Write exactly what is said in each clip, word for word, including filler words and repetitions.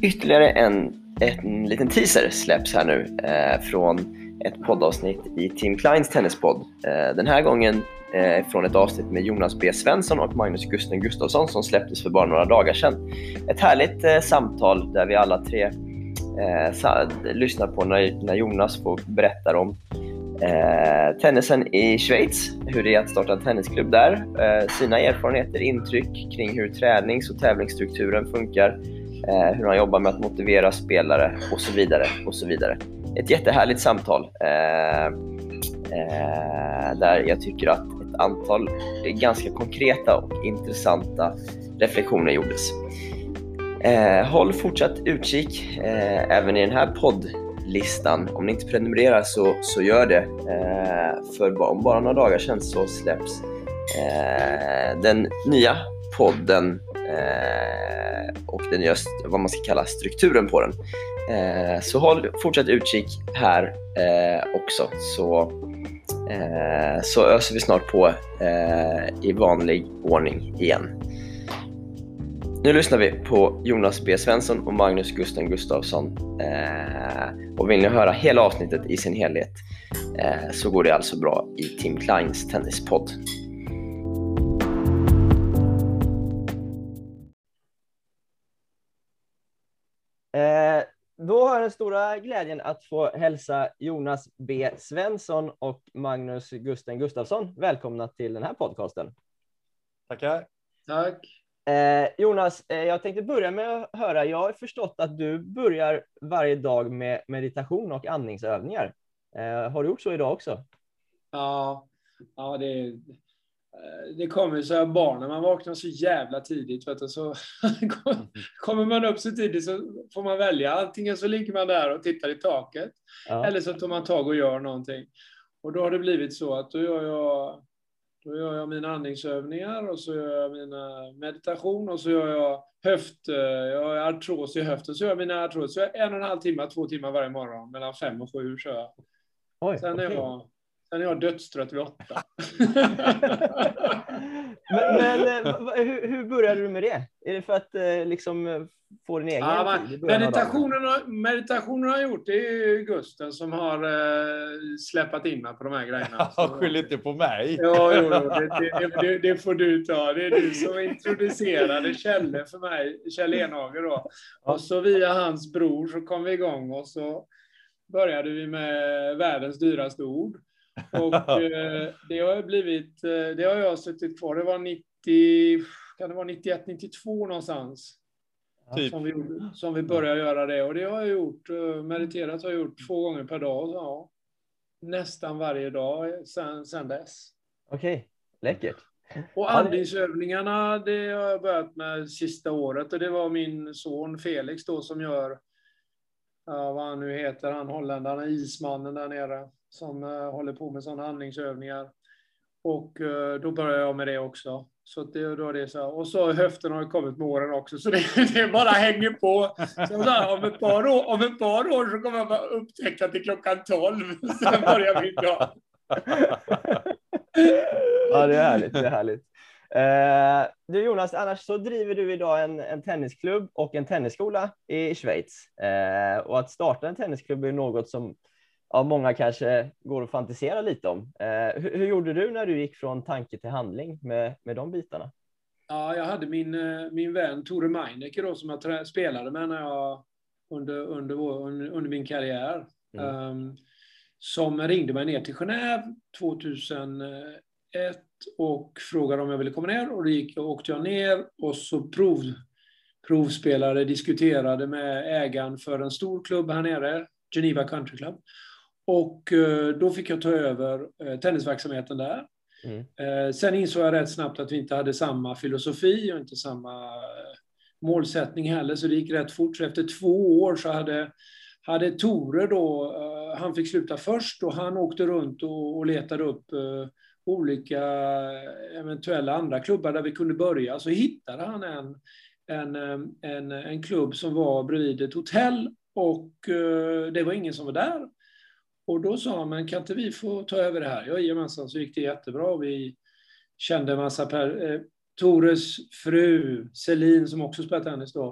Ytterligare en, en liten teaser släpps här nu eh, från ett poddavsnitt i Team Kleins tennispodd. Eh, den här gången eh, från ett avsnitt med Jonas B. Svensson och Magnus Gusten Gustafsson som släpptes för bara några dagar sedan. Ett härligt eh, samtal där vi alla tre eh, sa, lyssnar på när, när Jonas får berätta om eh, tennisen i Schweiz, hur det är att starta en tennisklubb där, eh, sina erfarenheter, intryck kring hur tränings- och tävlingsstrukturen funkar, Eh, hur han jobbar med att motivera spelare och så vidare och så vidare. Ett jättehärligt samtal eh, eh, där jag tycker att ett antal ganska konkreta och intressanta reflektioner gjordes. Eh, håll fortsatt utkik eh, även i den här poddlistan. Om ni inte prenumererar så, så gör det. Eh, för om bara några dagar sedan så släpps eh, den nya podden Eh, och den nya, vad man ska kalla strukturen på den. Eh, så håll fortsatt utkik här eh, också, så, eh, så öser vi snart på eh, i vanlig ordning igen. Nu lyssnar vi på Jonas B. Svensson och Magnus Gusten Gustafsson, eh, och vill ni höra hela avsnittet i sin helhet eh, så går det alltså bra i Team Kleins tennispodd. Eh, då har jag den stora glädjen att få hälsa Jonas B. Svensson och Magnus Gusten Gustafsson välkomna till den här podcasten. Tackar. Tack. Eh, Jonas, eh, jag tänkte börja med att höra, jag har förstått att du börjar varje dag med meditation och andningsövningar. Eh, har du gjort så idag också? Ja, ja det, det kommer så här barnen, man vaknar så jävla tidigt, vet du, så kommer man upp så tidigt så får man välja. Antingen så ligger man där och tittar i taket, ja. Eller så tar man tag och gör någonting. Och då har det blivit så att då gör jag, då gör jag mina andningsövningar och så gör jag mina meditation och så gör jag höft, jag har artros i höften, så gör jag mina artros. Så jag en och en halv timme, två timmar varje morgon, mellan fem och sju kör jag. Oj, sen är okay. jag Sen är jag dödstrött vid åtta. men men hur, hur började du med det? Är det för att liksom få din egen ja, tid? Meditationen, meditationen har gjort, det är ju Gusten som har uh, släppat in mig på de här grejerna. Ja, skyll inte på mig. Ja, jo, jo, det, det, det, det får du ta. Det är du som introducerade Kjelle för mig, Kjell Enhager då. Och så via hans bror så kom vi igång och så började vi med världens dyraste ord. Och eh, det har blivit, eh, det har jag suttit kvar, det var nittio, kan det vara nittioett nittiotvå någonstans typ. som, vi, som vi började göra det, och det har jag gjort, eh, mediterat har jag gjort två gånger per dag, så, ja, nästan varje dag sen, sen dess. Okej, okay. Läckert. Och andningsövningarna, det har jag börjat med sista året, och det var min son Felix då som gör, ja, vad han nu heter, han holländaren, ismannen där nere, som uh, håller på med sådana andningsövningar. Och uh, då börjar jag med det också. Så det, då är det så. Och så höften har ju kommit med åren också. Så det, det bara hänger på. Så där, om, ett par år, om ett par år så kommer jag bara upptäcka till klockan tolv. Sen börjar min dag. Ja, det är härligt. Det är härligt. Uh, du Jonas, annars så driver du idag en, en tennisklubb och en tennisskola i Schweiz. Uh, och att starta en tennisklubb är något som, ja, många kanske går att fantisera lite om. Uh, hur, hur gjorde du när du gick från tanke till handling med, med de bitarna? Ja, jag hade min, min vän Tore Meinecke då, som jag spelade med när jag, under, under, vår, under, under min karriär. Mm. Um, som ringde mig ner till Genève tjugohundraett och frågade om jag ville komma ner, och då gick och åkte jag ner och så prov, provspelare diskuterade med ägaren för en stor klubb här nere, Geneva Country Club, och eh, då fick jag ta över eh, tennisverksamheten där. Mm. Eh, sen insåg jag rätt snabbt att vi inte hade samma filosofi och inte samma eh, målsättning heller, så det gick rätt fort. Så efter två år så hade, hade Tore då, eh, han fick sluta först och han åkte runt och, och letade upp eh, olika eventuella andra klubbar där vi kunde börja. Så hittade han en, en, en, en klubb som var bredvid ett hotell, och uh, det var ingen som var där. Och då sa han, men kan inte vi få ta över det här? Ja, jajamensan, så gick det jättebra. Vi kände en massa per, eh, Tores fru, Celine, som också spelar tennis då.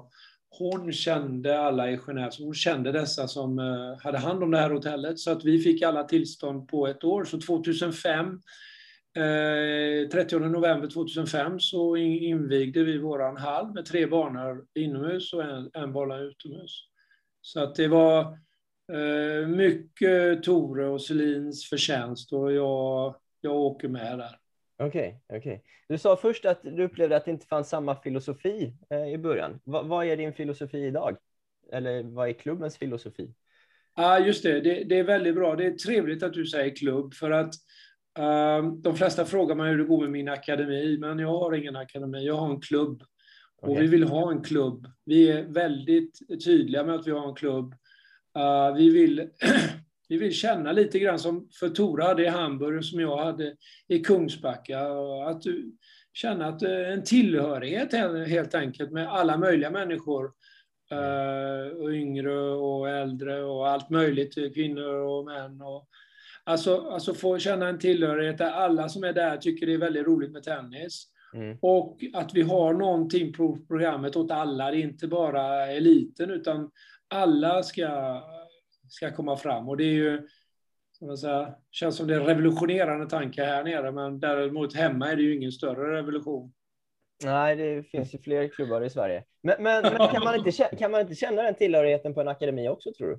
hon kände alla i Genève, så hon kände dessa som eh, hade hand om det här hotellet, så att vi fick alla tillstånd på ett år. Så tjugohundrafem, eh, trettionde november tjugohundrafem, så invigde vi våran hall med tre banor inomhus och en, en bana utomhus. Så att det var eh, mycket Tore och Selins förtjänst, och jag, jag åker med där. Okej, okay, okej. Okay. Du sa först att du upplevde att det inte fanns samma filosofi eh, i början. Va, vad är din filosofi idag? Eller vad är klubbens filosofi? Ja, ah, just det. det. Det är väldigt bra. Det är trevligt att du säger klubb, för att uh, de flesta frågar mig hur det går med min akademi, men jag har ingen akademi. Jag har en klubb. Okay. Och vi vill ha en klubb. Vi är väldigt tydliga med att vi har en klubb. Uh, vi vill... Vi vill känna lite grann som för Tora hade i Hamburg, som jag hade i Kungsbacka. Att du känner att en tillhörighet helt enkelt med alla möjliga människor. Uh, yngre och äldre och allt möjligt, kvinnor och män. Och, alltså, alltså få känna en tillhörighet där alla som är där tycker det är väldigt roligt med tennis. Mm. Och att vi har någonting på programmet åt alla. Det är inte bara eliten, utan alla ska... ska komma fram, och det är ju, som man säger, känns som det är revolutionerande tankar här nere, men däremot hemma är det ju ingen större revolution. Nej, det finns ju fler klubbar i Sverige. Men, men, men kan, man inte, kan man inte känna den tillhörigheten på en akademi också, tror du?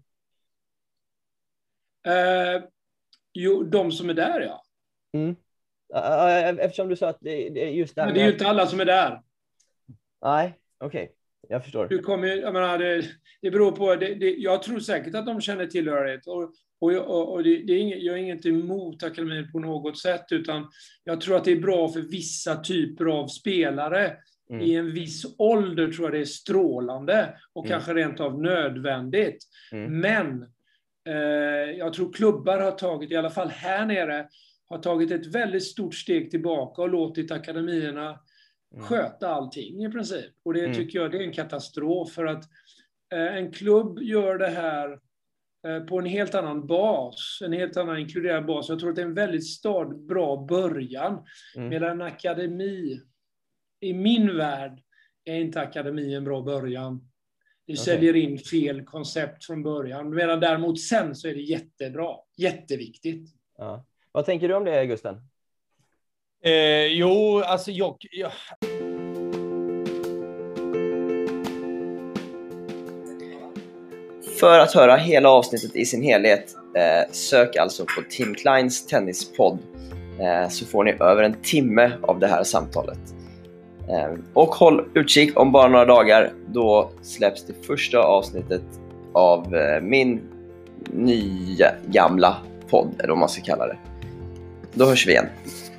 Eh, jo, de som är där, ja. Mm. Eftersom du sa att det, det är just där. Men det är ju inte alla som är där. Nej, okej. Okay. Jag förstår. Du kommer, jag menar, det, det beror på, det, det, jag tror säkert att de känner tillhörighet, och, och, och, och det, det är inget, jag är inte emot akademin på något sätt, utan jag tror att det är bra för vissa typer av spelare. Mm. I en viss ålder tror jag det är strålande och mm. kanske rent av nödvändigt. Mm. Men eh, jag tror klubbar har tagit, i alla fall här nere, har tagit ett väldigt stort steg tillbaka och låtit akademierna Mm. sköta allting i princip. Och det mm. tycker jag det är en katastrof, för att eh, en klubb gör det här eh, på en helt annan bas, en helt annan inkluderad bas. Jag tror att det är en väldigt stad, bra början. Mm. Medan en akademi, i min värld, är inte akademi en bra början. Det okay. säljer in fel koncept från början. Medan däremot sen så är det jättebra, jätteviktigt. Ja. Vad tänker du om det, Gusten? Eh, jo, alltså jag, jag... För att höra hela avsnittet i sin helhet, eh, sök alltså på Team Kleins tennispodd, eh, så får ni över en timme av det här samtalet. Eh, och håll utkik, om bara några dagar, då släpps det första avsnittet av eh, min nya gamla podd, eller vad man ska kalla det. Då hörs vi igen.